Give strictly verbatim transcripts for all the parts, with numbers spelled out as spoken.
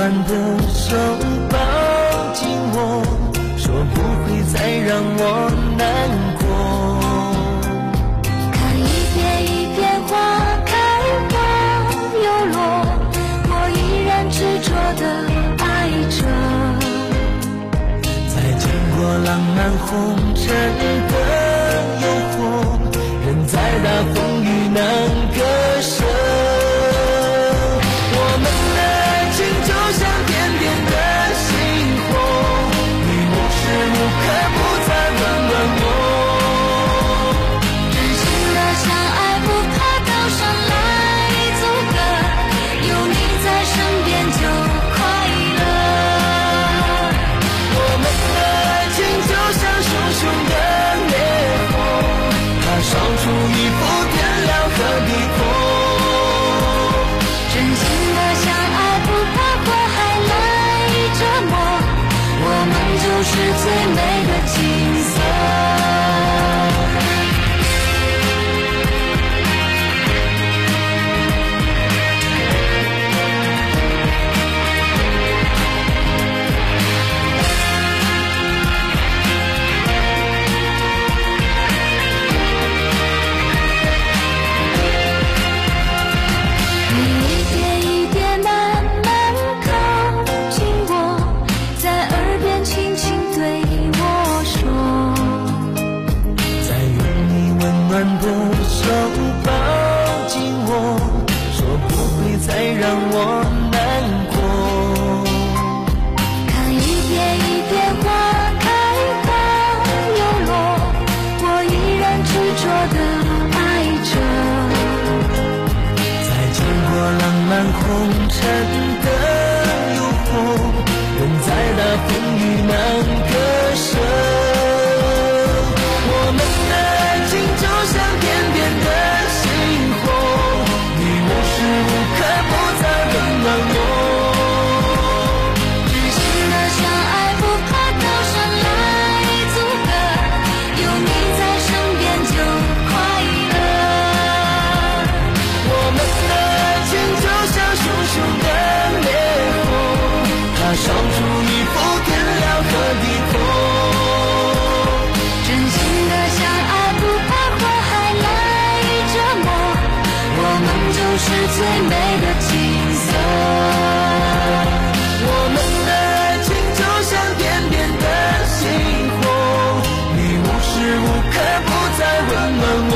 暖的手抱紧我，说不会再让我难过。 看一片一片花开花又落，我依然执着地爱着。 再经过浪漫红尘的诱惑，人再大风雨难割舍。我们的爱情就像点点的星火，你无时无刻不在温暖我。 真心的相爱不怕刀山来阻隔，有你在身边就快乐。 我们的爱情就像熊熊的烈火，它烧出一幅天亮和地阔。 真心的相爱不怕火海来折磨，我们就是最美的景色。 的手抱紧我，说不会再让我难过。 看一片一片花开花又落，我依然执着地爱着。 再经过浪漫红尘的诱惑，人再大风雨难割舍。我们的爱情就像点点的星火，你无时无刻不在温暖我。 真心的相爱不怕刀山来阻隔，有你在身边就快乐。 我们的爱情就像熊熊的烈火，它烧出一幅天亮和地阔。 真心的相爱不怕火海来折磨，我们就是最美的景色。 我们的爱情就像点点的星火，你无时无刻不在温暖我。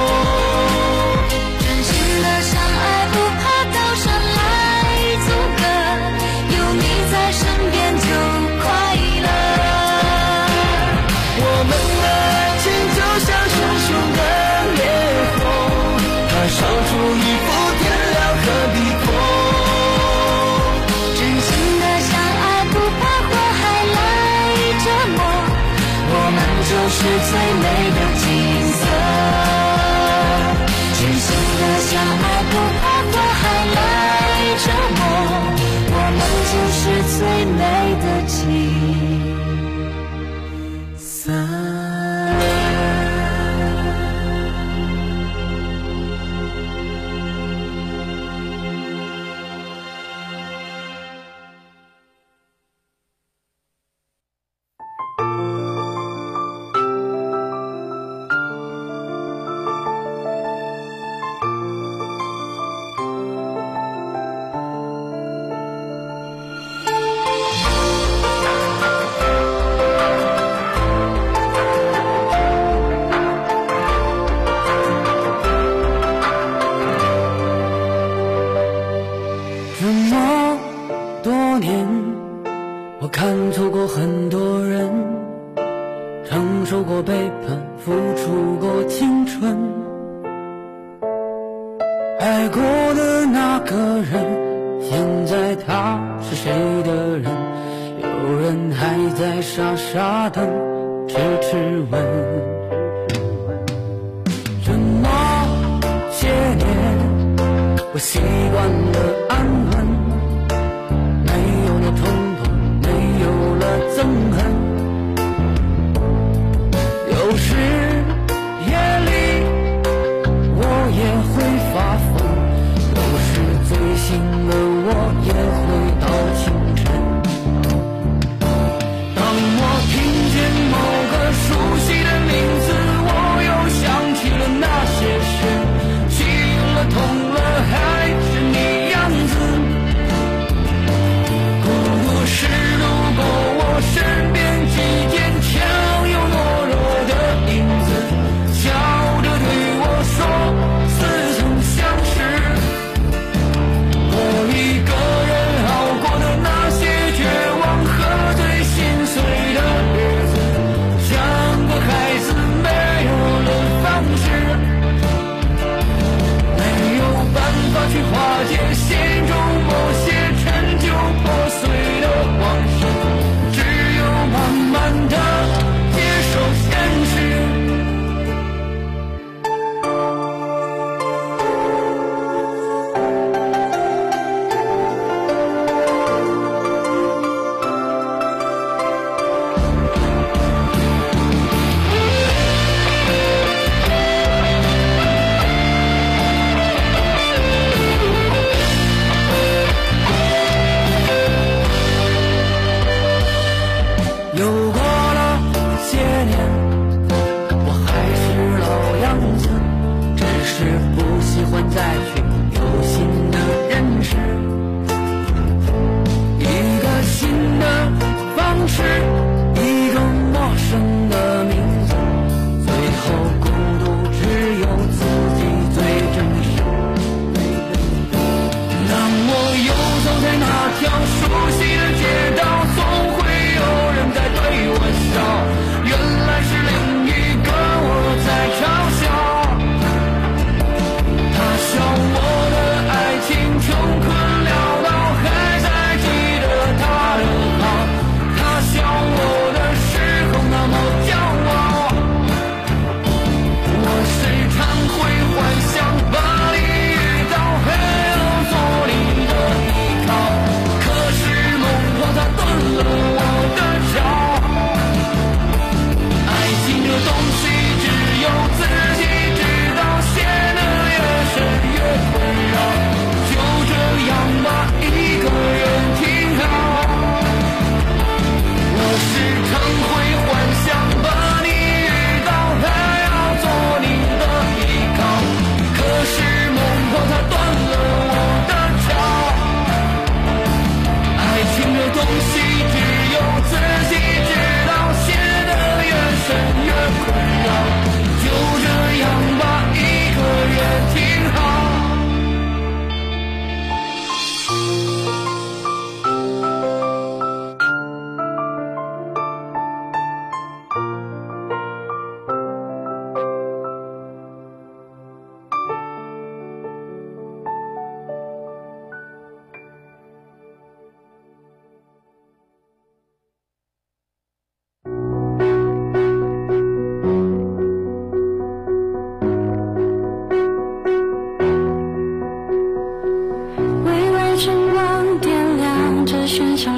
真心的相爱不怕刀山来阻隔，有你在身边就快乐。 我们的爱情就像熊熊的烈火，它烧出一幅天亮和地阔。 真心的相爱不怕火海来折磨，我们就是最美的景色。真心的相爱不怕火海来折磨，我们就是最美的景色。 这么多年，我看透过很多人，承受过背叛，付出过青春。爱过的那个人，现在他是谁的人？有人还在傻傻等，痴痴问。这么些年，我习惯了安稳，没有了冲动，没有了憎恨。有时夜里我也会发疯，有时醉醒了我也会到清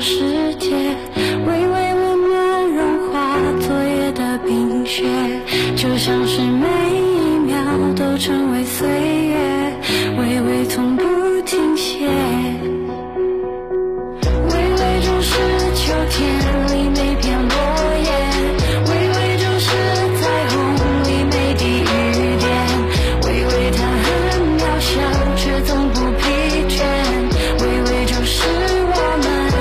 世界，微微温暖融化昨夜的冰雪，就像是每一秒都成为岁月，微微从不停歇。微微就是秋天里每片落叶，微微就是彩虹里每滴雨点，微微它很渺小却总不疲倦，微微就是我们。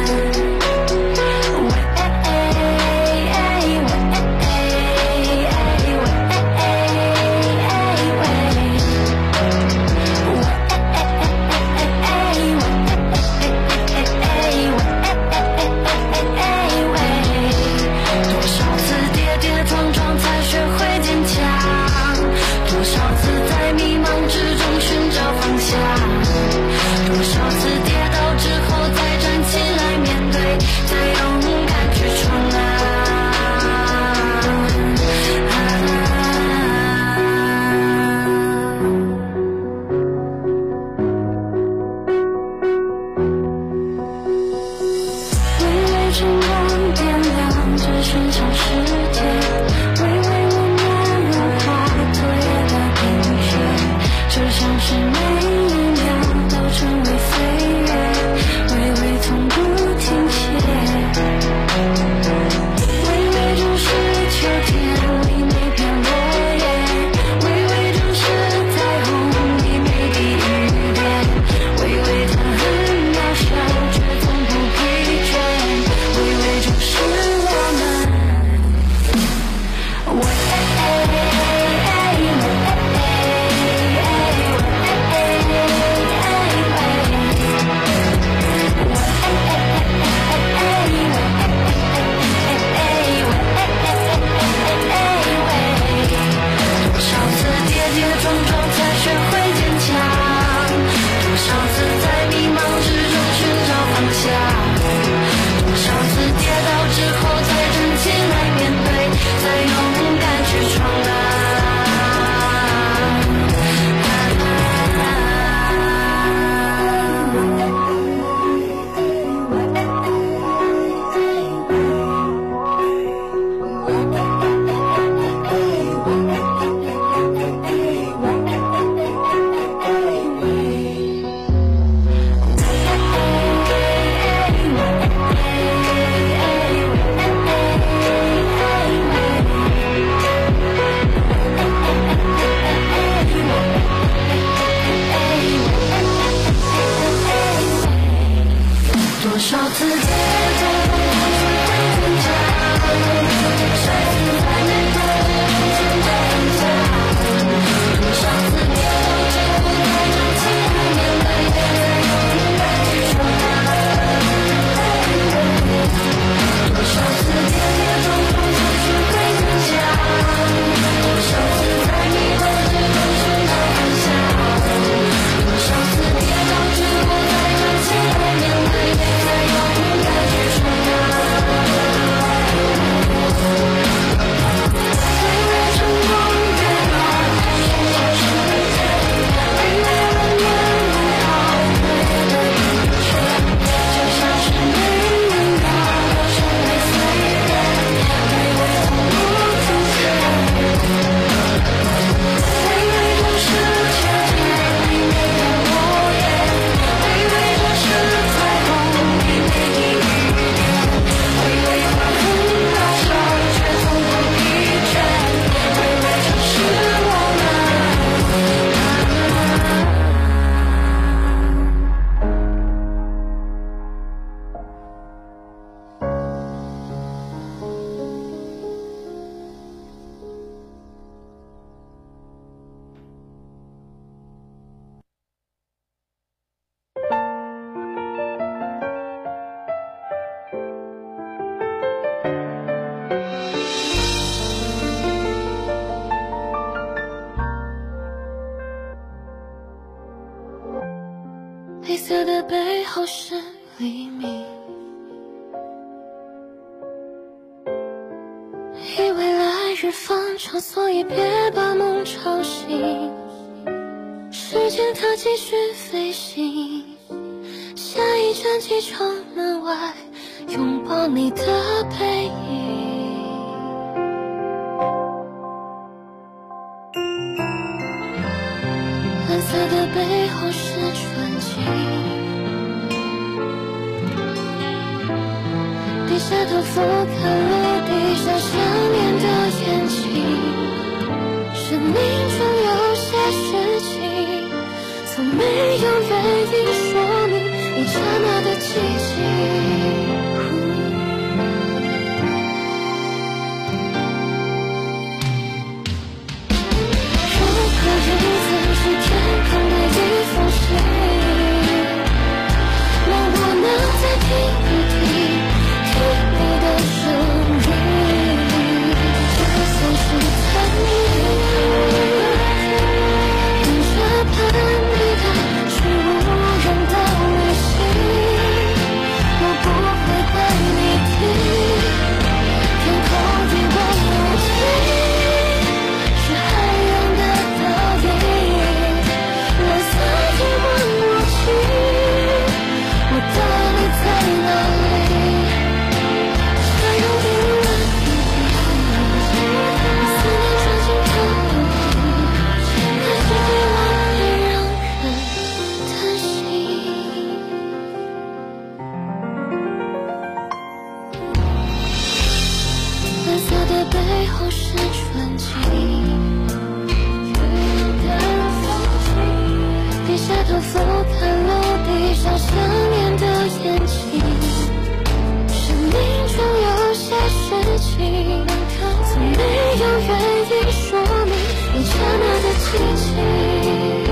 黑色的背后是黎明，以为来日方长，所以别把梦吵醒。时间它继续飞行， 下一站机场门外，拥抱你的背影。蓝色的背后是纯净，低下头俯瞰陆地上想念的眼睛。生命中有些事情，从没有原因说明一刹那的寂静。背后是纯净，低下头俯瞰陆地上想念的眼睛。生命中有些事情，从没有原因说明一刹那的寂静。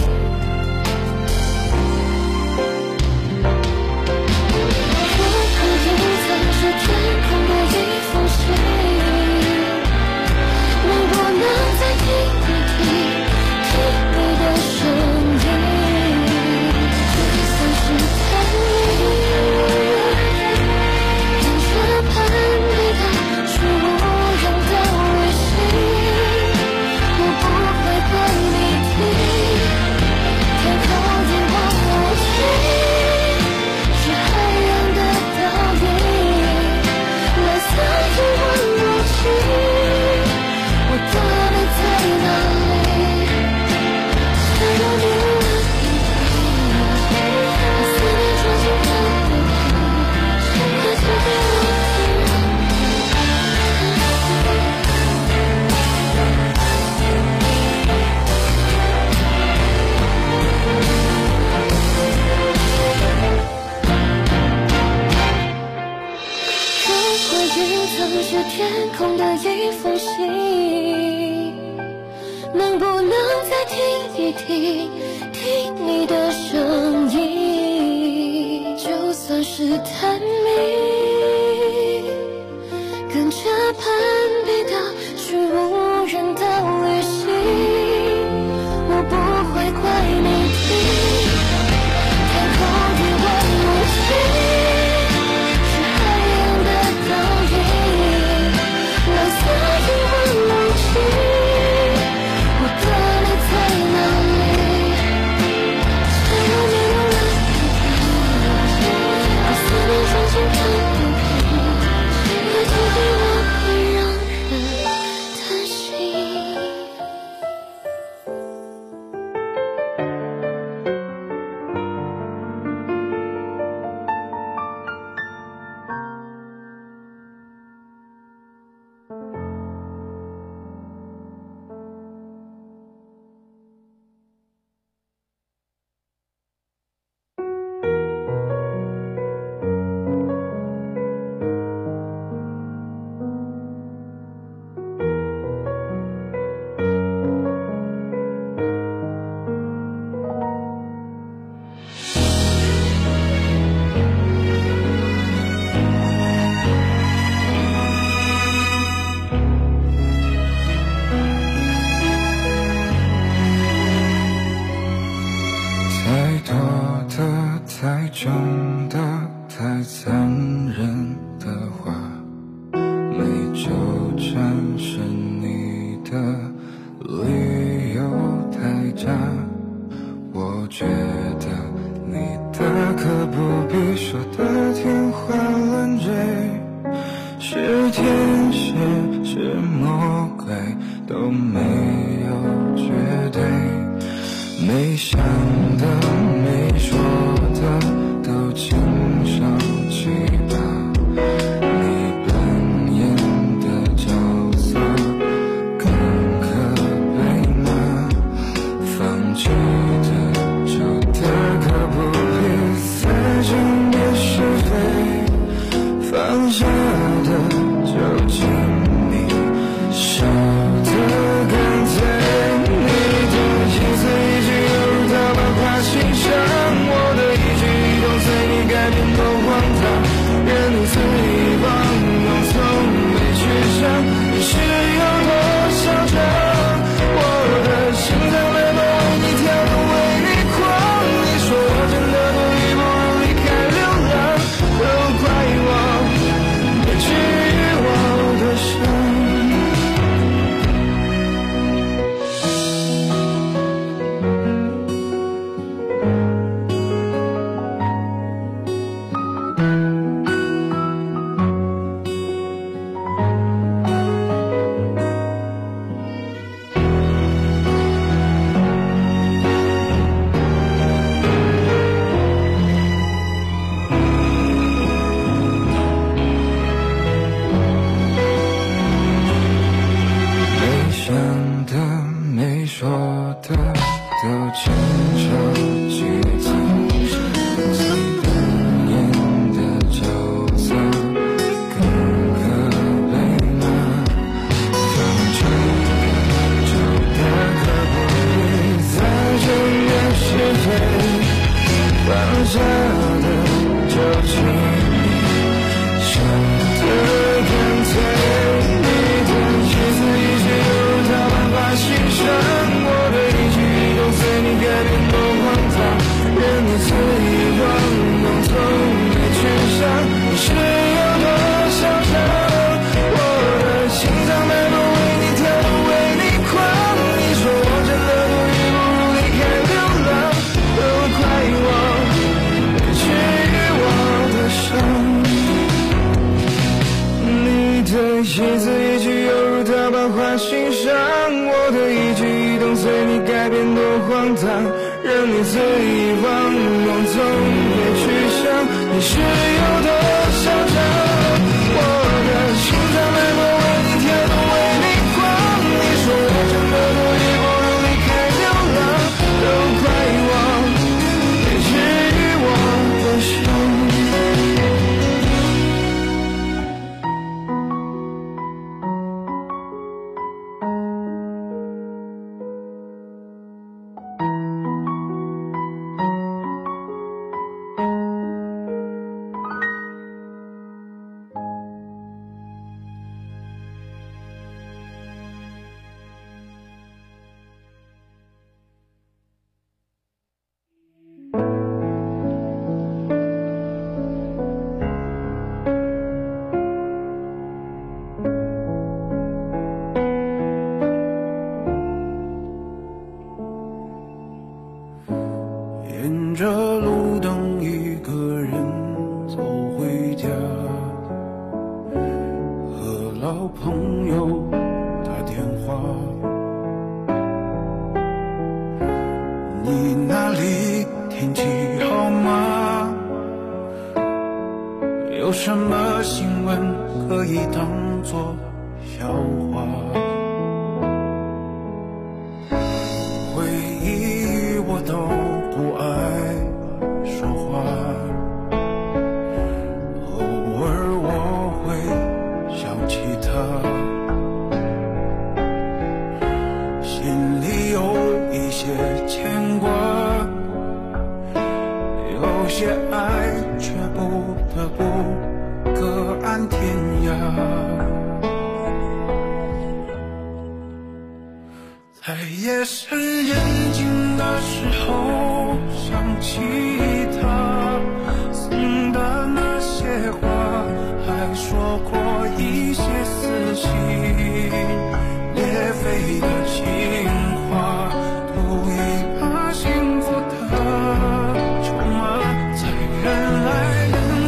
天空的一封信，能不能再听一听，听你的声音？就算是探秘，跟着攀比到去无人的旅行，我不会怪你听，天空一望无际。 太重的、太残忍的话，没纠缠是你的理由太渣。我觉得你的可不的天花乱坠，是天使是魔鬼都没有绝对，没想的没说的都亲手去吧，你扮演的角色更可悲吗？放弃的就大可不必再争辩是非，放下的就请你舍得干脆，你的一字一句犹如刀疤划心上，我的一举一动随你改变多荒唐，任你肆意妄动从没去想你是有多嚣张，我的心脏在为你跳动为你狂，你说我真的不义不如离开流浪，都怪我没治愈我的伤。没想的没说的都亲手去做，你扮演的角色更可悲吗？放弃的就大可不必再争辩是非，放下的就请你舍得干脆，你的一字一句犹如刀疤划心上，我的一举一动随你改变多荒唐，任你肆意妄动从没去想你是有多嚣张，我的心脏脉搏为你跳动为你狂，你说我真的不义不如离开流浪，都怪我没治愈我的伤，你的一字一句犹如刀疤划心上，我的一举一动随你改变多荒唐，让你肆意妄动从没去想你是有多嚣张，我的心脏脉搏为你跳动为你狂，你说我真的不义不如离开流浪，都怪我没治愈我的伤。 沿着路灯一个人走回家，和老朋友打电话，你那里天气好吗？有什么新闻可以当作笑话？回忆我都不爱说话，偶尔我会想起他，心里有一些牵挂，有些爱却不得不各安天涯。在夜深人静的时候想起他送的那些话，还说过一些撕心裂肺的情话，故意把幸福的筹码在人来人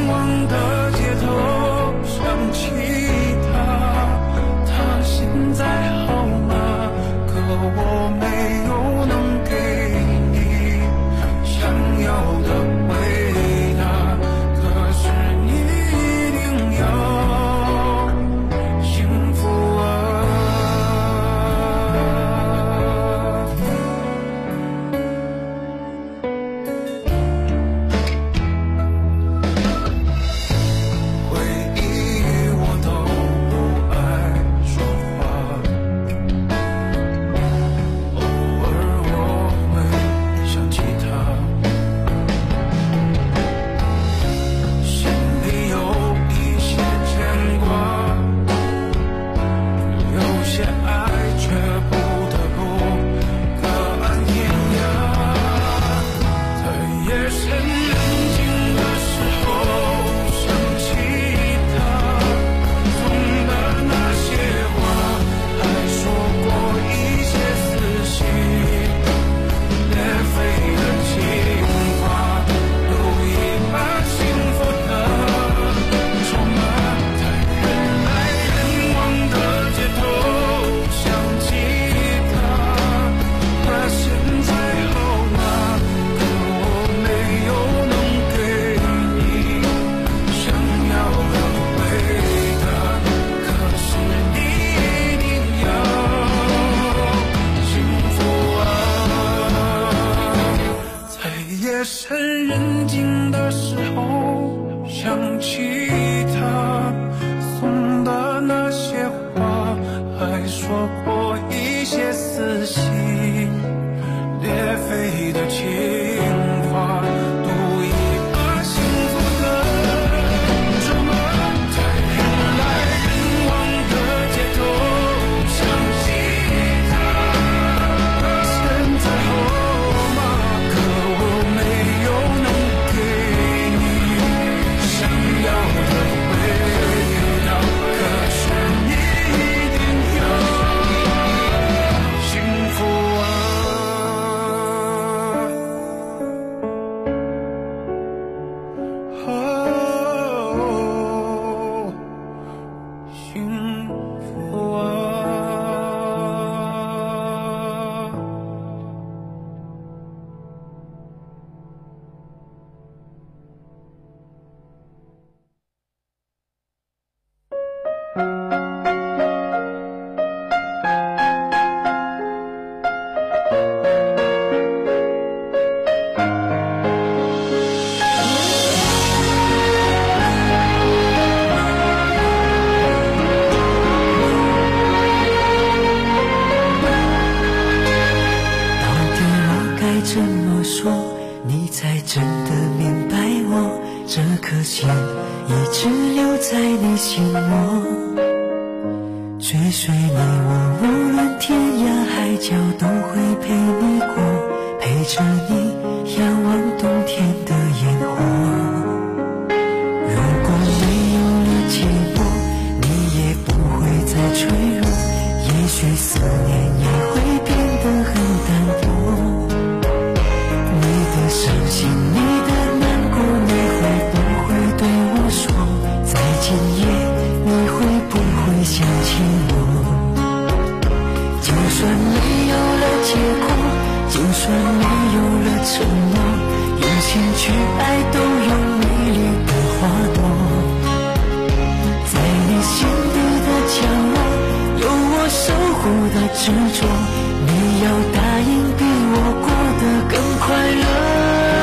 这颗心一直留在你心窝，追随你我，无论天涯海角都会陪你过，陪着你仰望冬天的烟火。如果没有了寂寞，你也不会再脆弱，也许思念也会变得很淡薄。你的伤心，你的难过，你会不会对我说？在今夜，你会不会想起我？就算没有了结果，就算没有了承诺，用心去爱都有美丽的花朵。在你心底的角落，有我守护的执着，你要答应比我过得更快乐。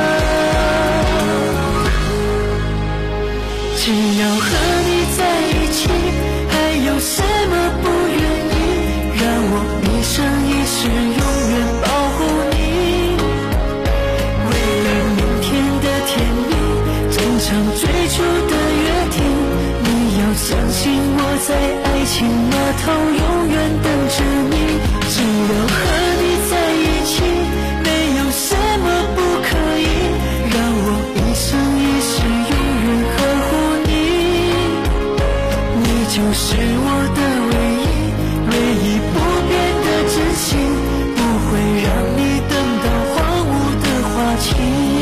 只要和你在一起，还有什么不愿意？让我一生一世永远保护你。为了明天的甜蜜，真诚追求的约定，你要相信我在爱情码头永远等着你。只要和你在一起，没有什么不可以，让我一生一世永远呵护你。你就是我的唯一，唯一不变的真心，不会让你等到荒芜的花期。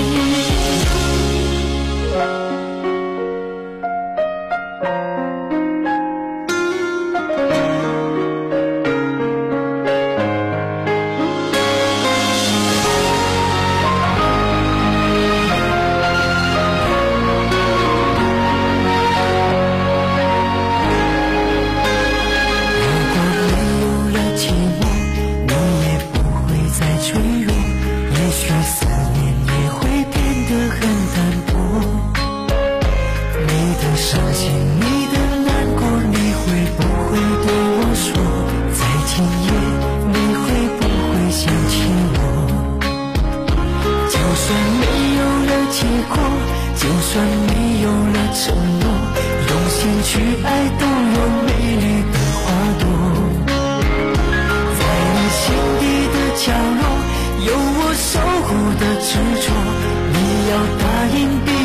就算没有了承诺，用心去爱都有美丽的花朵。在你心底的角落，有我守护的执着，你要答应比